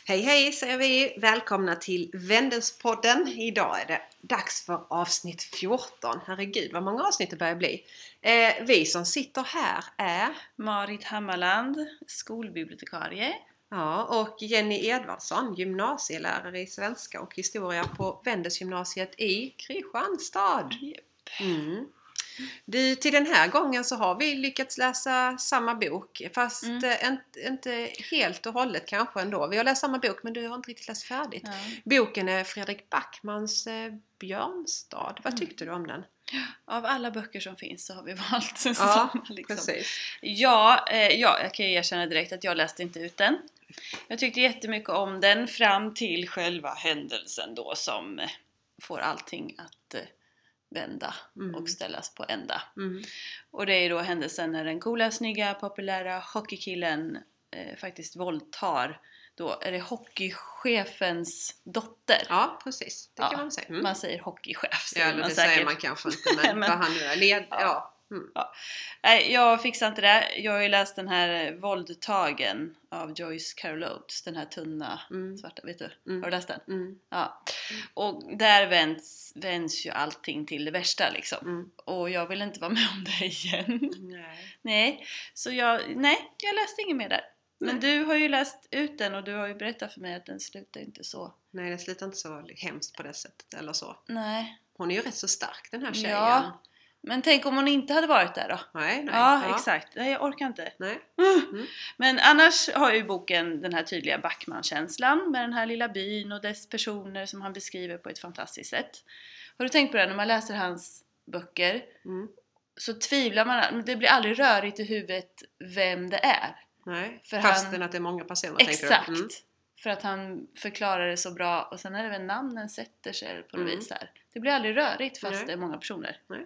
Hej hej säger vi, välkomna till Vendelspodden. Idag är det dags för avsnitt 14. Herregud vad många avsnitt det börjar bli. Vi som sitter här är Marit Hammarland, skolbibliotekarie. ja, och Jenny Edvardsson, gymnasielärare i svenska och historia på Vendelsgymnasiet i Kristianstad. Mm. Du, till den här gången så har vi lyckats läsa samma bok, fast inte helt och hållet kanske ändå. Vi har läst samma bok men du har inte riktigt läst färdigt. Ja. Boken är Fredrik Backmans Björnstad. Vad tyckte du om den? Av alla böcker som finns så har vi valt Ja, samma liksom. precis. Ja, jag kan ju erkänna direkt att jag läste inte ut den. Jag tyckte jättemycket om den fram till själva händelsen då som får allting att vända och ställas på ända. Och det är då händelsen när den coola, snygga, populära hockeykillen faktiskt våldtar. Då är det hockeychefens dotter. Ja, precis. Det kan man säga. Man säger hockeychef. Ja, det säger man kanske inte, men vad han nu är. Ja. Nej, jag fixar inte det. Jag har ju läst den här Våldtagen av Joyce Carol Oates. Den här tunna svarta, vet du? Har du läst den? Ja. Och där vänds ju allting till det värsta liksom. Och jag vill inte vara med om det igen. Nej. Så jag läste inget mer där. Men du har ju läst ut den och du har ju berättat för mig att den slutar inte så. Nej, den slutar inte så hemskt på det sättet eller så. Nej. Hon är ju rätt så stark, den här tjejen. Ja. Men tänk om hon inte hade varit där då? Nej. Ja, exakt. Nej, jag orkar inte. Nej. Men annars har ju boken den här tydliga Backman-känslan med den här lilla byn och dess personer som han beskriver på ett fantastiskt sätt. Har du tänkt på det när man läser hans böcker? Så tvivlar man, det blir aldrig rörigt i huvudet vem det är. Nej, för fastän att det är många personer. Exakt. Tänker du? För att han förklarar det så bra och sen är det väl namnen sätter sig på något vis där. Det blir aldrig rörigt fast det är många personer. Nej.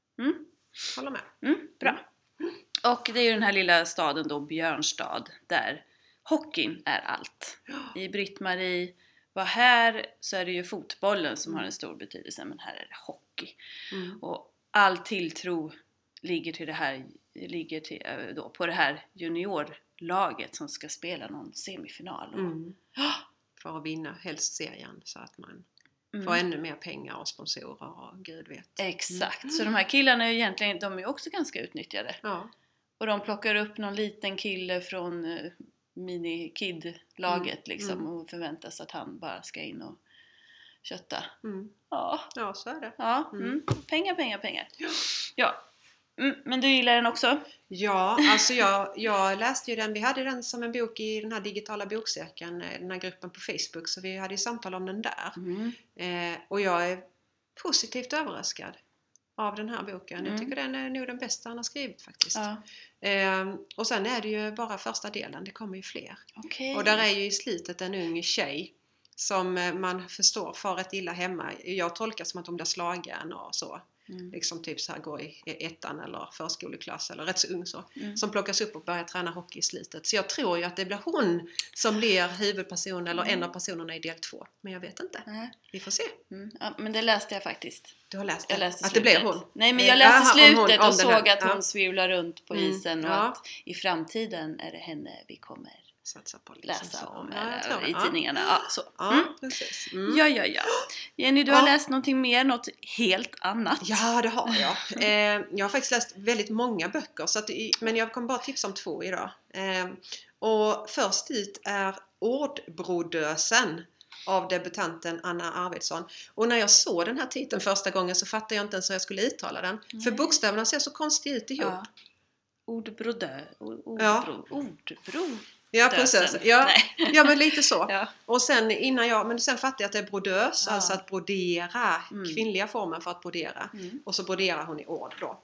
Håller med. Bra. Och det är ju den här lilla staden då, Björnstad, där hockeyn är allt. I Britt-Marie var här så är det ju fotbollen som har en stor betydelse, men här är det hockey. Och all tilltro ligger då på det här juniorlaget som ska spela någon semifinal. För att vinna helst serien så att man får ännu mer pengar och sponsorer och gud vet. Exakt, så de här killarna är ju egentligen, de är också ganska utnyttjade. Ja. Och de plockar upp någon liten kille från mini-kid-laget liksom och förväntas att han bara ska in och kötta. Ja, så är det. Ja, pengar. Ja. Men du gillar den också? Ja, alltså jag läste ju den, vi hade den som en bok i den här digitala bokcirkeln, den här gruppen på Facebook, så vi hade ju samtal om den där. Och jag är positivt överraskad av den här boken. Jag tycker den är nog den bästa han har skrivit faktiskt. Och sen är det ju bara första delen, det kommer ju fler. Och där är ju i slutet en ung tjej som man förstår far rätt illa hemma. Jag tolkar som att hon blir slagen och så. Liksom typ så här går i ettan eller förskoleklass eller rätt så ung så. Som plockas upp och börjar träna hockey i slutet. Så jag tror ju att det blir hon som blir huvudperson eller en av personerna i del 2. Men jag vet inte. Vi får se. Ja, men det läste jag faktiskt. Du har läst det? Jag läste att det blir hon? Nej, men jag läste slutet om och såg att hon svivlar runt på isen och att i framtiden är det henne vi kommer satsa på liksom läsa så. om i tidningarna. Så. Precis. Ja. Jenny, du har läst någonting mer, något helt annat. Ja, det har jag. Jag har faktiskt läst väldigt många böcker, men jag kommer bara tipsa om 2 idag. Och först ut är Ordbrodösen av debutanten Anna Arvidsson. Och när jag såg den här titeln första gången så fattade jag inte ens hur jag skulle uttala den. För bokstäverna ser så konstigt ut ihop. Ordbro. Ja, precis. Ja, men lite så. Och sen sen fattade jag att det är brodös, alltså att brodera, kvinnliga formen för att brodera. Och så broderar hon i ord då.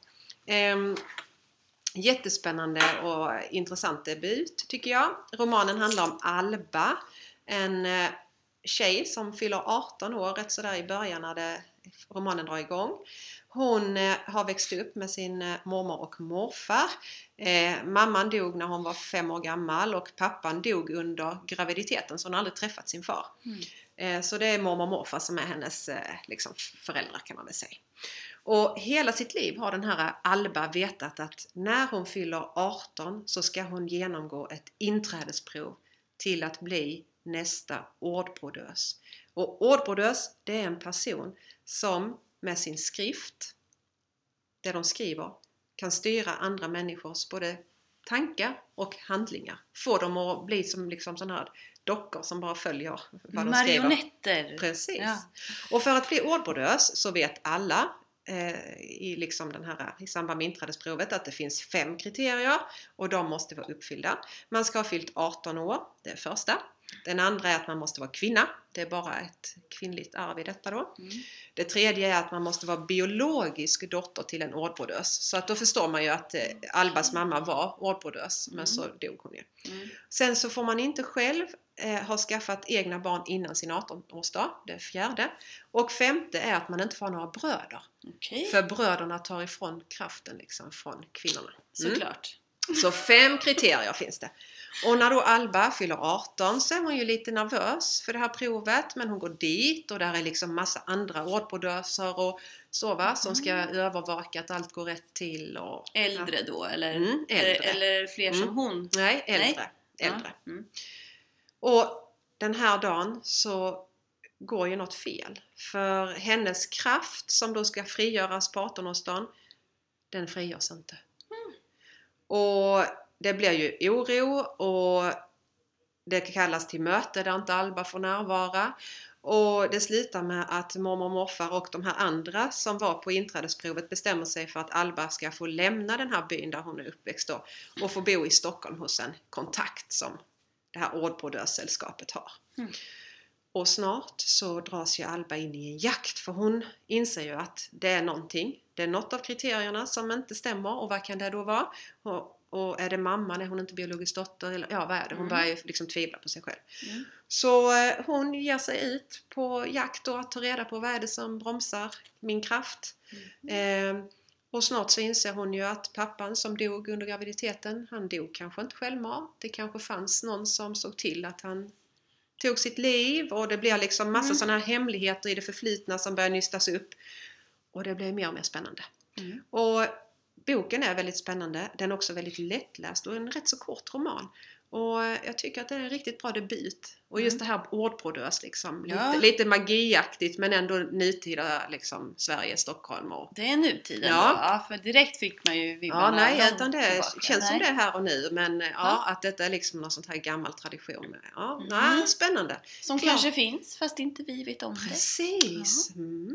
Jättespännande och intressant debut tycker jag. Romanen handlar om Alba, en tjej som fyller 18 år rätt sådär i början när romanen drar igång. Hon har växt upp med sin mormor och morfar. Mamman dog när hon var 5 år gammal och pappan dog under graviditeten, så hon har aldrig träffat sin far. Så det är mormor och morfar som är hennes liksom, föräldrar kan man väl säga. Och hela sitt liv har den här Alba vetat att när hon fyller 18 så ska hon genomgå ett inträdesprov till att bli nästa ordbrodös. Och ordbrodös, det är en person som med sin skrift, det de skriver, kan styra andra människors både tankar och handlingar. Få dem att bli som liksom sådana här dockor som bara följer vad de skriver. Marionetter. Precis. Ja. Och för att bli ordbrodös så vet alla i liksom den här, i samband med inträdesprovet att det finns 5 kriterier och de måste vara uppfyllda. Man ska ha fyllt 18 år, det är första. Den andra är att man måste vara kvinna. Det är bara ett kvinnligt arv i detta då. Det tredje är att man måste vara biologisk dotter till en ordbrodös. Så att då förstår man ju att Albas mamma var ordbrodös, men så dog hon ju. Sen så får man inte själv ha skaffat egna barn innan sin 18-årsdag. Det är 4. Och 5 är att man inte får några bröder. Okay. För bröderna tar ifrån kraften liksom från kvinnorna. Såklart. Så 5 kriterier finns det. Och när då Alba fyller 18 så är hon ju lite nervös för det här provet. Men hon går dit och där är liksom massa andra ordbrodöser och så va, som ska övervaka att allt går rätt till. Och, äldre då? Eller, äldre. eller fler som hon? Nej, äldre. Och den här dagen så går ju något fel. För hennes kraft som då ska frigöras på 18-årsdagen, den frigörs inte. Och det blir ju oro och det kallas till möte där inte Alba får närvara. Och det slutar med att mormor och morfar och de här andra som var på inträdesprovet bestämmer sig för att Alba ska få lämna den här byn där hon är uppväxt då, och få bo i Stockholm hos en kontakt som det här ordbrodössällskapet har. Och snart så dras ju Alba in i en jakt, för hon inser ju att det är någonting. Det är något av kriterierna som inte stämmer, och vad kan det då vara? Och är det mamman, är hon inte biologisk dotter? Eller, ja, vad är det? Hon börjar ju liksom tvivla på sig själv. Så hon ger sig ut på jakt och att ta reda på vad är det som bromsar min kraft. Och snart så inser hon ju att pappan som dog under graviditeten, han dog kanske inte självmant. Det kanske fanns någon som såg till att han tog sitt liv, och det blir liksom massa sådana här hemligheter i det förflutna som börjar nystas upp. Och det blir mer och mer spännande. Och boken är väldigt spännande. Den är också väldigt lättläst och en rätt så kort roman. Och jag tycker att det är en riktigt bra debut. Och just det här ordbrodös liksom. Lite magiaktigt, men ändå nutida liksom Sverige, Stockholm. Och... Det är nutiden då. Ja, för direkt fick man ju vibbarna. Ja, nej, utan det känns som det är här och nu. Men att detta är liksom någon sån här gammal tradition. Nej, spännande. Som kanske finns, fast inte vi vet om det. Precis.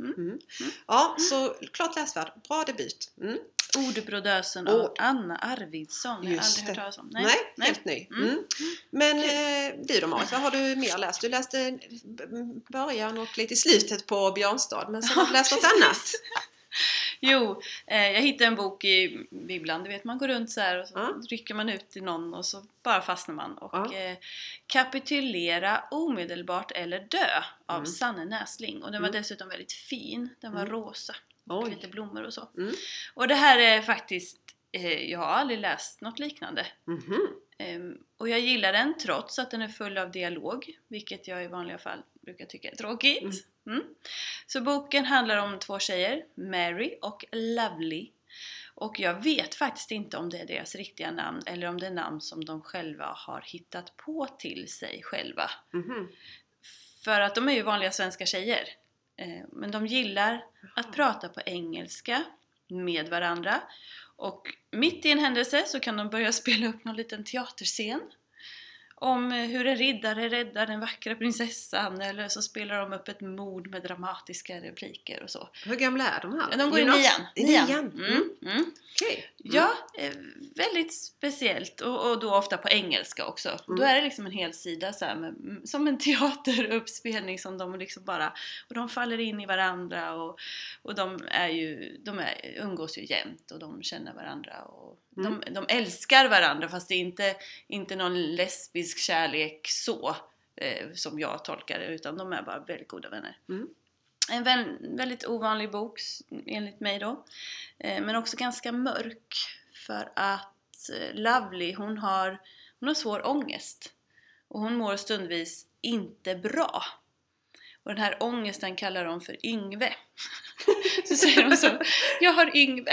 Ja, så klart läsvärd. Bra debut. Ordbrodösen av Anna Arvidsson. Jag har aldrig hört talas om. Nej, helt ny. Men du då, Marit, vad har du mer läst? Du läste början och lite i slutet på Björnstad, men sen har du läst något annat. Jo, jag hittade en bok i bibblan. Du vet, man går runt så här och så rycker man ut till någon och så bara fastnar man. Och Kapitulera omedelbart eller dö av Sanne Näsling. Och den var dessutom väldigt fin. Den var rosa. Och lite blommor och så. Och det här är faktiskt, jag har aldrig läst något liknande. Och jag gillar den trots att den är full av dialog, vilket jag i vanliga fall brukar tycka är tråkigt. Så boken handlar om 2 tjejer, Mary och Lovely. Och jag vet faktiskt inte om det är deras riktiga namn eller om det är namn som de själva har hittat på till sig själva. För att de är ju vanliga svenska tjejer. Men de gillar att prata på engelska med varandra. Och mitt i en händelse så kan de börja spela upp någon liten teaterscen om hur en riddare räddar den vackra prinsessan, eller så spelar de upp ett mord med dramatiska repliker och så. Hur gamla är de här? De går i 9:an. Okay. Ja, väldigt speciellt, och då ofta på engelska också. Då är det liksom en hel sida så här som en teateruppspelning som de liksom bara, och de faller in i varandra och de umgås ju jämt och de känner varandra och de älskar varandra, fast det är inte någon lesbisk kärlek så som jag tolkar det, utan de är bara väldigt goda vänner. En väldigt ovanlig bok enligt mig då, men också ganska mörk, för att Lovely hon har svår ångest och hon mår stundvis inte bra. Och den här ångesten kallar de för Yngve. Så säger de så: jag har Yngve.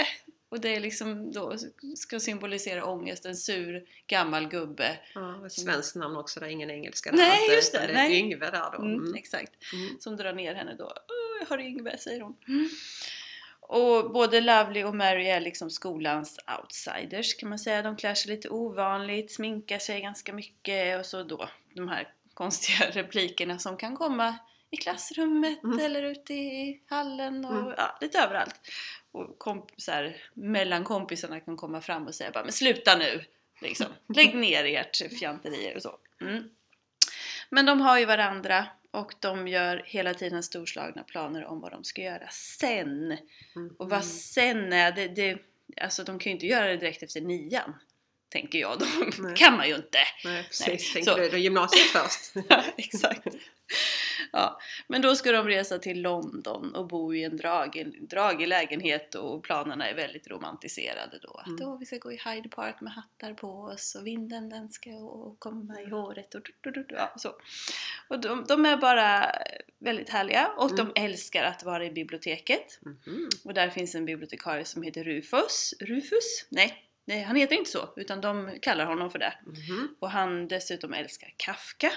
Och det är liksom då ska symbolisera ångest, en sur gammal gubbe. Ja, ett svenskt namn också där, ingen engelska. Nej, just det. Det är Yngve där då. Exakt. Som drar ner henne då. Jag har Yngve, säger hon. Och både Lovely och Mary är liksom skolans outsiders, kan man säga. De klär sig lite ovanligt, sminkar sig ganska mycket, och så då de här konstiga replikerna som kan komma i klassrummet eller ute i hallen och lite överallt. Och kompisar, mellan kompisarna kan komma fram och säga bara, men sluta nu! Liksom. Lägg ner ert fjanterier och så. Men de har ju varandra och de gör hela tiden storslagna planer om vad de ska göra sen. Och vad sen är, det alltså de kan ju inte göra det direkt efter 9:an. Tänker jag, då kan man ju inte. Nej, precis. Tänker du, det är gymnasiet först. Ja, exakt. Ja, men då ska de resa till London och bo i en dragig lägenhet, och planerna är väldigt romantiserade då. Att vi ska gå i Hyde Park med hattar på oss, och vinden den ska komma i håret och så. Och de är bara väldigt härliga, och de älskar att vara i biblioteket. Och där finns en bibliotekarie som heter Rufus? Nej, han heter inte så, utan de kallar honom för det. Och han dessutom älskar Kafka.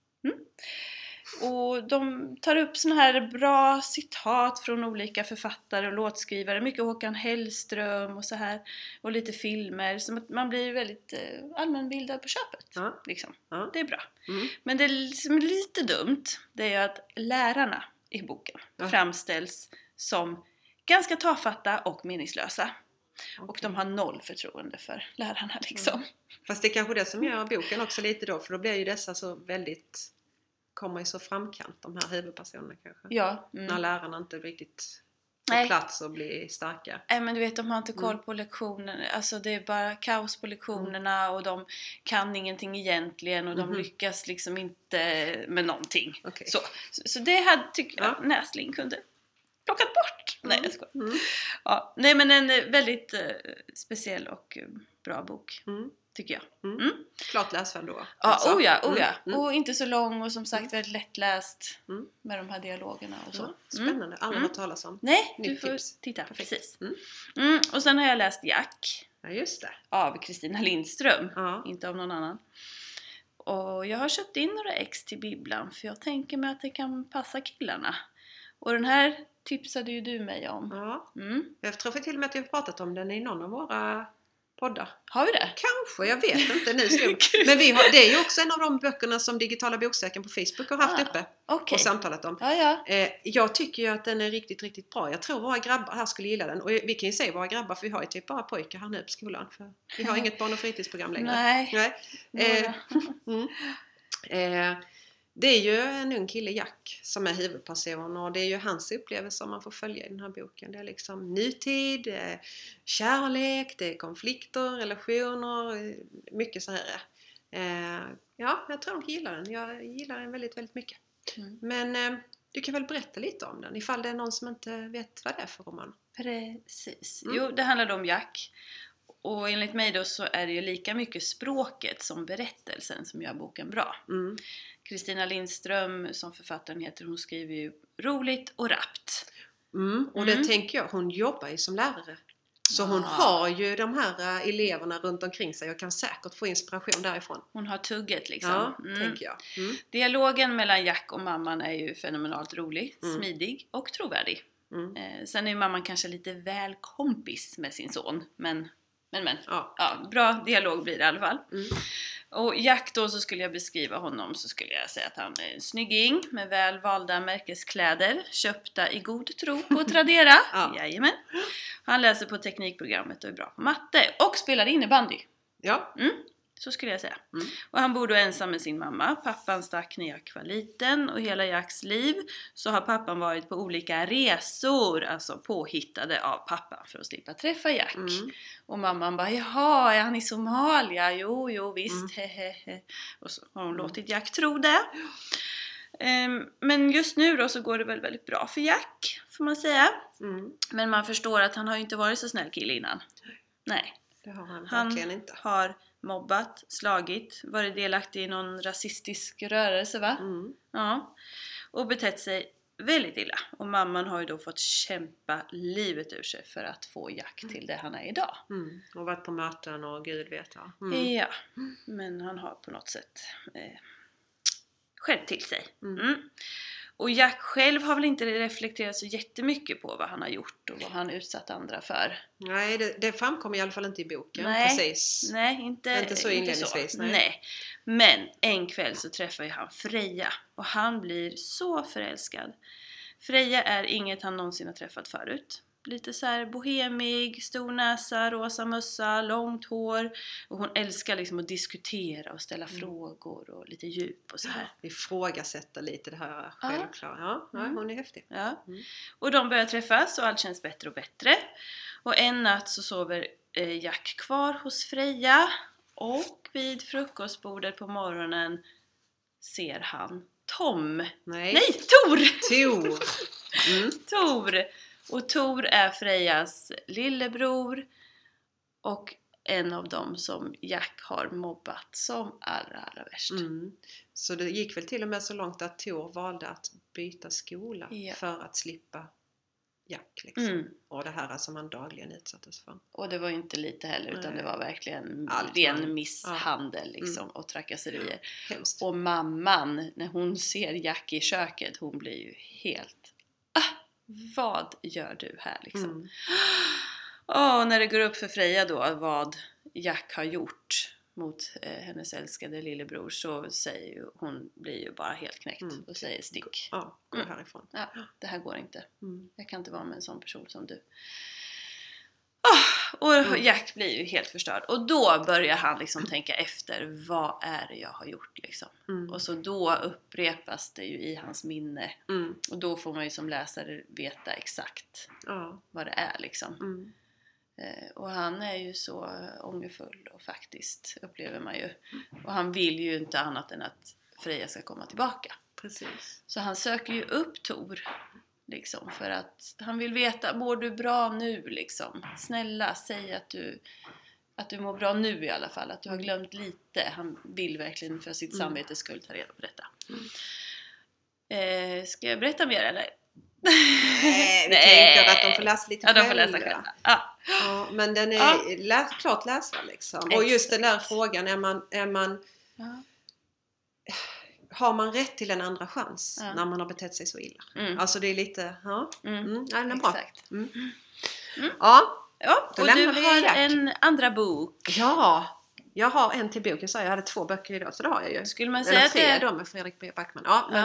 Och de tar upp såna här bra citat från olika författare och låtskrivare. Mycket Håkan Hellström och så här. Och lite filmer. Så att man blir väldigt allmänbildad på köpet. Liksom. Det är bra. Men det som är lite dumt, det är ju att lärarna i boken framställs som ganska tafatta och meningslösa. Och de har 0 förtroende för lärarna liksom. Fast det är kanske det som gör boken också lite då. För då blir ju dessa så väldigt, kommer ju så framkant, de här huvudpersonerna kanske. Ja. När lärarna inte riktigt får plats och blir starka. Nej, men du vet, de har inte koll på lektionerna. Alltså det är bara kaos på lektionerna, och de kan ingenting egentligen, och de lyckas liksom inte med någonting. Okay. Så det hade, tycker jag, Näsling kunde plockat bort. Nej, jag skojar. Ja, nej, men en väldigt speciell och bra bok, tycker jag. Klart läsvärd då. Ja, oja. Och inte så lång, och som sagt väldigt lättläst med de här dialogerna och så. Spännande, aldrig hört talas om. Nej, du får titta. Precis. Och sen har jag läst Jack. Ja, just det. Av Kristina Lindström, inte av någon annan. Och jag har köpt in några ex till bibblan, för jag tänker mig att det kan passa killarna. Och den här tipsade ju du mig om. Ja. Jag tror till och med att vi har pratat om den i någon av våra poddar. Har vi det? Kanske, jag vet inte nu. Men det är ju också en av de böckerna som Digitala Boksäcken på Facebook har haft uppe och samtalat om. Jag tycker ju att den är riktigt, riktigt bra. Jag tror våra grabbar här skulle gilla den. Och vi kan ju säga våra grabbar, för vi har ju typ bara pojkar här nu på skolan. För vi har inget barn- och fritidsprogram längre. Nej. Det är ju en ung kille, Jack, som är huvudperson, och det är ju hans upplevelse man får följa i den här boken. Det är liksom nutid, kärlek, det är konflikter, relationer, mycket så här. Jag tror de gillar den. Jag gillar den väldigt, väldigt mycket. Men du kan väl berätta lite om den, ifall det är någon som inte vet vad det är för roman. Precis. Jo, det handlar om Jack. Och enligt mig då så är det ju lika mycket språket som berättelsen som gör boken bra. Kristina Lindström, som författaren heter, hon skriver ju roligt och rappt. Och det tänker jag, hon jobbar ju som lärare. Så hon har ju de här eleverna runt omkring sig och kan säkert få inspiration därifrån. Hon har tugget liksom. Tänker jag. Dialogen mellan Jack och mamman är ju fenomenalt rolig, smidig och trovärdig. Sen är mamman kanske lite väl kompis med sin son, men bra dialog blir det i alla fall. Och Jack då, så skulle jag beskriva honom, så skulle jag säga att han är en snygging med väl valda märkeskläder, köpta i god tro på Tradera. Jajamän. Han läser på teknikprogrammet och är bra på matte och spelar innebandy. Så skulle jag säga. Och han bor då ensam med sin mamma. Pappan stack när Jack var liten, och hela Jacks liv så har pappan varit på olika resor, alltså påhittade av pappan för att slippa träffa Jack. Och mamman bara, jaha, är han i Somalia? Jo, visst, hehehe. Och så har hon låtit Jack tro det. Men just nu då så går det väl väldigt bra för Jack, får man säga. Men man förstår att han har ju inte varit så snäll kille innan. Nej. Det har han verkligen inte. Han har mobbat, slagit, varit delaktig i någon rasistisk rörelse, va? Ja. Och betett sig väldigt illa. Och mamman har ju då fått kämpa livet ur sig för att få Jack till det han är idag. Och varit på möten och gud vet jag. Ja, men han har på något sätt skärpt till sig. Och Jack själv har väl inte reflekterat så jättemycket på vad han har gjort och vad han utsatt andra för. Nej, det framkommer i alla fall inte i boken. Nej, precis. Nej, inte så inledningsvis. Så. Nej. Men en kväll så träffar ju han Freja och han blir så förälskad. Freja är inget han någonsin har träffat förut. Lite så här bohemig, stor näsa, rosa mössa, långt hår. Och hon älskar liksom att diskutera och ställa frågor och lite djup och så här. Ifrågasätta lite det här självklart. Ja, hon är häftig. Ja. Och de börjar träffas och allt känns bättre och bättre. Och en natt så sover Jack kvar hos Freja. Och vid frukostbordet på morgonen ser han Tom. Nej, Tor! Tor! Och Tor är Frejas lillebror och en av dem som Jack har mobbat som allra värst. Så det gick väl till och med så långt att Tor valde att byta skola för att slippa Jack liksom. Och det här som han dagligen utsattes för. Och det var ju inte lite heller utan det var verkligen ren misshandel liksom, och trakasserier. Hemskt. Och mamman, när hon ser Jack i köket, hon blir ju helt vad gör du här liksom? Och när det går upp för Freja då vad Jack har gjort mot hennes älskade lillebror så säger ju, hon blir ju bara helt knäckt och säger stick. Ja, gå härifrån. Ja, det här går inte. Jag kan inte vara med en sån person som du. Och Jack blir ju helt förstörd. Och då börjar han liksom tänka efter. Vad är det jag har gjort liksom? Och så då upprepas det ju i hans minne. Och då får man ju som läsare veta exakt vad det är liksom. Och han är ju så ångerfull och faktiskt upplever man ju. Och han vill ju inte annat än att Freja ska komma tillbaka. Precis. Så han söker ju upp Tor. Liksom, för att han vill veta, mår du bra nu liksom? Snälla, säg att du mår bra nu i alla fall. Att du har glömt lite. Han vill verkligen för sitt samvetes skull ta reda på detta. Ska jag berätta mer eller? Nej, vi tänker att de får läsa lite själva. Ja, de får läsa själva. Ja, men den är klart läsbar liksom. Och just den där frågan, är man har man rätt till en andra chans när man har betett sig så illa? Alltså det är lite, den är bra. Exakt. Ja, och du har en andra bok. Ja, jag har en till bok. Jag hade 2 böcker idag, så det har jag ju. Skulle man säga 3 då med Fredrik B. Backman.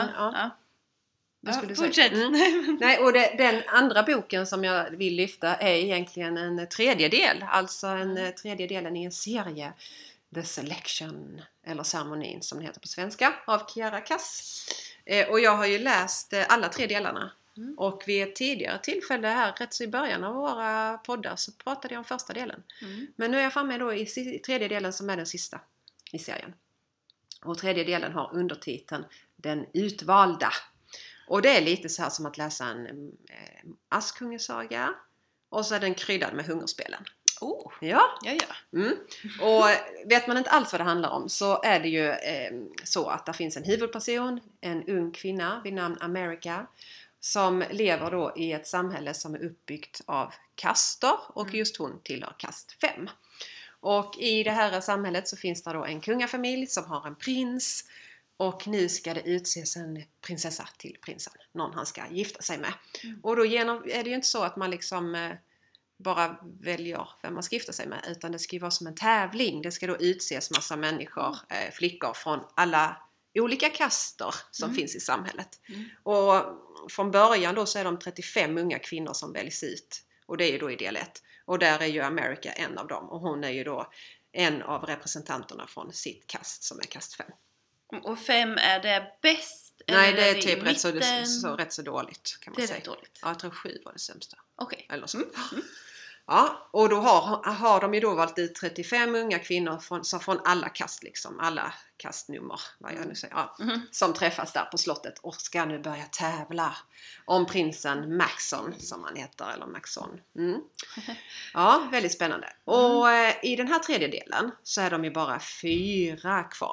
Fortsätt. Nej, och den andra boken som jag vill lyfta är egentligen en tredjedel. Alltså en tredjedelen i en serie. The Selection, eller Ceremonin som det heter på svenska, av Kiara Cass. Och jag har ju läst alla 3 delarna. Och vid ett tidigare tillfälle här, rätt så i början av våra poddar, så pratade jag om första delen. Men nu är jag framme då i tredje delen som är den sista i serien. Och tredje delen har undertiteln Den utvalda. Och det är lite så här som att läsa en Askungesaga. Och så är den kryddad med hungerspelen. Ja. Och vet man inte alls vad det handlar om, så är det ju så att det finns en huvudperson, en ung kvinna vid namn America, som lever då i ett samhälle som är uppbyggt av kaster, och just hon tillhör kast 5. Och i det här samhället så finns det då en kungafamilj som har en prins, och nu ska det utses en prinsessa till prinsen, någon han ska gifta sig med. Och då är det ju inte så att man liksom bara väljer vem man ska gifta sig med, utan det ska ju vara som en tävling. Det ska då utses massa människor, flickor från alla olika kaster som finns i samhället. Och från början då så är de 35 unga kvinnor som väljs ut, och det är ju då i del 1. Och där är ju America en av dem, och hon är ju då en av representanterna från sitt kast som är kast 5. Och 5 är det bäst? Nej, det är typ rätt så dåligt kan man säga. Det är rätt dåligt. Ja, jag tror 7 var det sämsta. Okej. Eller så. Ja, och då har de ju då valt ut 35 unga kvinnor från alla kast liksom, alla kastnummer, vad jag nu säger, som träffas där på slottet och ska nu börja tävla om prinsen Maxon, som han heter, eller Maxon. Ja, väldigt spännande. Och i den här tredje delen så är de ju bara 4 kvar.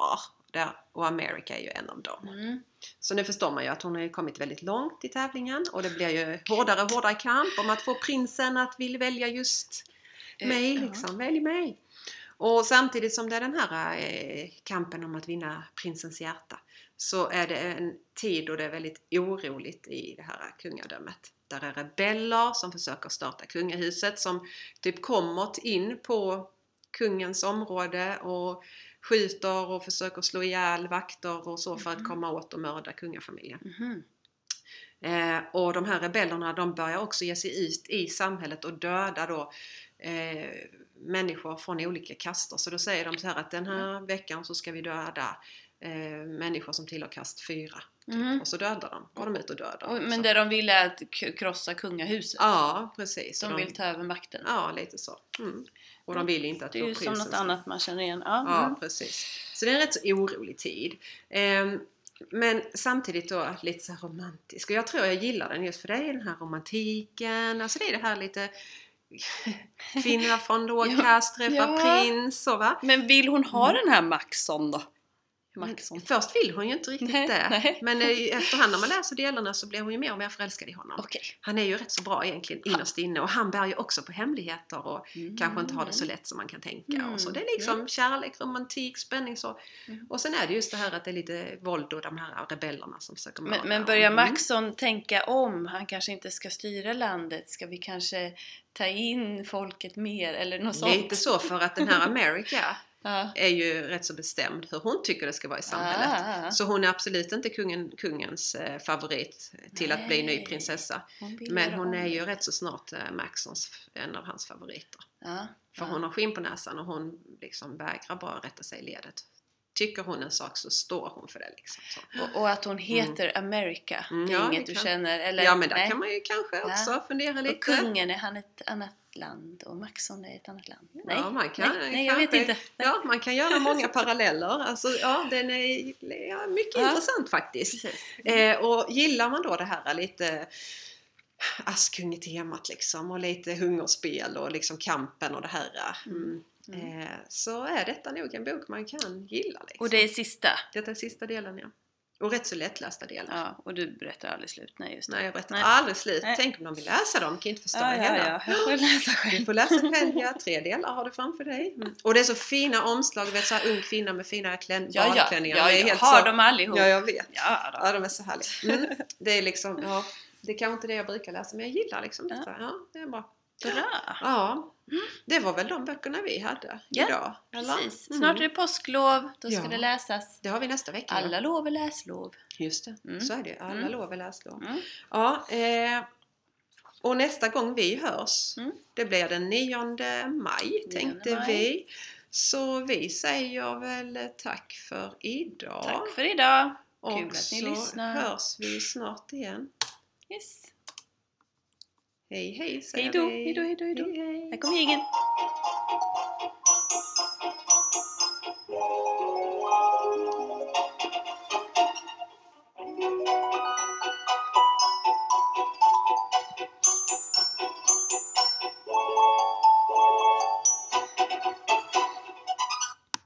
och America är ju en av dem. Så nu förstår man ju att hon har kommit väldigt långt i tävlingen och det blir ju hårdare och hårdare kamp om att få prinsen att vilja välja just mig liksom, välj mig. Och samtidigt som det är den här kampen om att vinna prinsens hjärta så är det en tid då det är väldigt oroligt i det här kungadömet. Där är rebeller som försöker starta kungahuset som typ kommer in på kungens område och skjuter och försöker slå ihjäl vakter och så för att komma åt och mörda kungafamiljen. Och de här rebellerna de börjar också ge sig ut i samhället och döda då människor från olika kaster. Så då säger de så här att den här veckan så ska vi döda människor som tillhör kast 4. Typ. Och så dödar de. Och de ut och dödar. Men det de ville är att krossa kungahuset. Ja, precis. De vill ta över makten. Ja, lite så. Och de vill inte att det är ju som något annat man känner igen. Ja, precis. Så det är en rätt så orolig tid. Men samtidigt då lite så här romantisk. Och jag tror jag gillar den just för det är den här romantiken. Alltså det är det här lite kvinna från lågkast träffar prins och va. Men vill hon ha den här Maxon då? Först vill hon ju inte riktigt det. Men efterhand när man läser delarna så blir hon ju mer och mer förälskad i honom. Han är ju rätt så bra egentligen innerst inne. Och han bär ju också på hemligheter och kanske inte har det så lätt som man kan tänka. Och så. Det är liksom kärlek, romantik, spänning så. Och sen är det just det här att det är lite våld och de här rebellerna som försöker mörda. Men börjar Maxon tänka om? Han kanske inte ska styra landet. Ska vi kanske ta in folket mer eller något sånt? Lite så för att den här America är ju rätt så bestämd hur hon tycker det ska vara i samhället. Så hon är absolut inte kungens favorit till att bli ny prinsessa. Men hon är ju rätt så snart en av hans favoriter. För hon har skinn på näsan och hon liksom vägrar bara rätta sig i ledet. Tycker hon en sak så står hon för det liksom. Så. Och att hon heter America, det är inget du känner? Eller? Ja, men där kan man ju kanske också fundera lite. Och kungen, är han ett annat land och Maxon är ett annat land? Nej, ja, man kan, nej jag vet inte. Ja, man kan göra många paralleller. Alltså, ja, den är mycket intressant faktiskt. Och gillar man då det här lite Askungetemat liksom och lite hungerspel och liksom kampen och det här så är detta nog en bok man kan gilla liksom. Och det är sista? Detta är sista delen, ja. Och rätt så lättlästa delar. Ja, och du berättar aldrig slut. Nej, just det. Nej, jag berättar aldrig slut. Tänk om de vill läsa dem, kan inte förstå det hela. Jag får läsa själv. Du får läsa själv, 3 delar har du framför dig. Och det är så fina omslag, du vet så här ung kvinna med fina badklänningar. Jag har dem allihop. Ja, jag vet. Ja, de är så härliga. Det är liksom, det är kanske inte det jag brukar läsa, men jag gillar liksom detta. Ja, det är bra. Ja, det var väl de böckerna vi hade idag. Eller? Precis. Snart är det påsklov, då ska det läsas. Det har vi nästa vecka. Alla lov är läslov. Just det, så är det. Alla lov är läslov. Ja, och nästa gång vi hörs, det blir den 9 maj tänkte vi. Så vi säger väl tack för idag. Tack för idag. Och kul att ni lyssnar. Så hörs vi snart igen. Yes. Hej hej säger hej då, vi. hej då. Hej. Här kommer ingen.